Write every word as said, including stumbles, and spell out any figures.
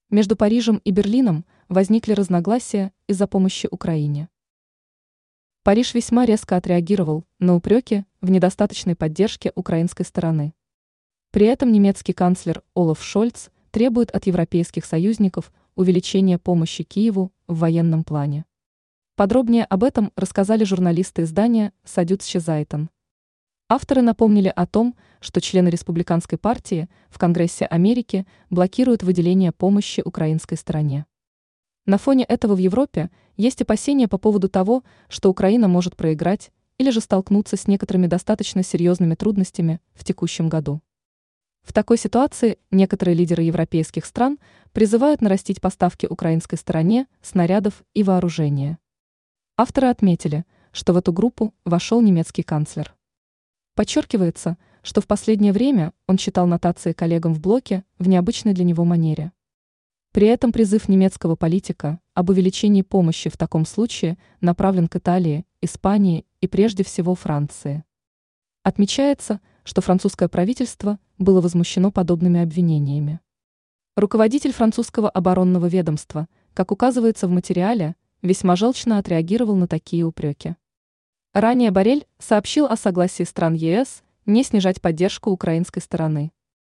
Между Парижем и Берлином возникли разногласия из-за помощи Украине. Париж весьма резко отреагировал на упреки в недостаточной поддержке украинской стороны. При этом немецкий канцлер Олаф Шольц требует от европейских союзников увеличения помощи Киеву в военном плане. Подробнее об этом рассказали журналисты издания «Садюцше Зайтон». Авторы напомнили о том, что члены республиканской партии в Конгрессе Америки блокируют выделение помощи украинской стороне. На фоне этого в Европе есть опасения по поводу того, что Украина может проиграть или же столкнуться с некоторыми достаточно серьезными трудностями в текущем году. В такой ситуации некоторые лидеры европейских стран призывают нарастить поставки украинской стороне снарядов и вооружения. Авторы отметили, что в эту группу вошел немецкий канцлер. Подчеркивается, что в последнее время он читал нотации коллегам в блоке в необычной для него манере. При этом призыв немецкого политика об увеличении помощи в таком случае направлен к Италии, Испании и прежде всего Франции. Отмечается, что французское правительство было возмущено подобными обвинениями. Руководитель французского оборонного ведомства, как указывается в материале, весьма желчно отреагировал на такие упреки. Ранее Боррель сообщил о согласии стран ЕС не снижать поддержку украинской стороны.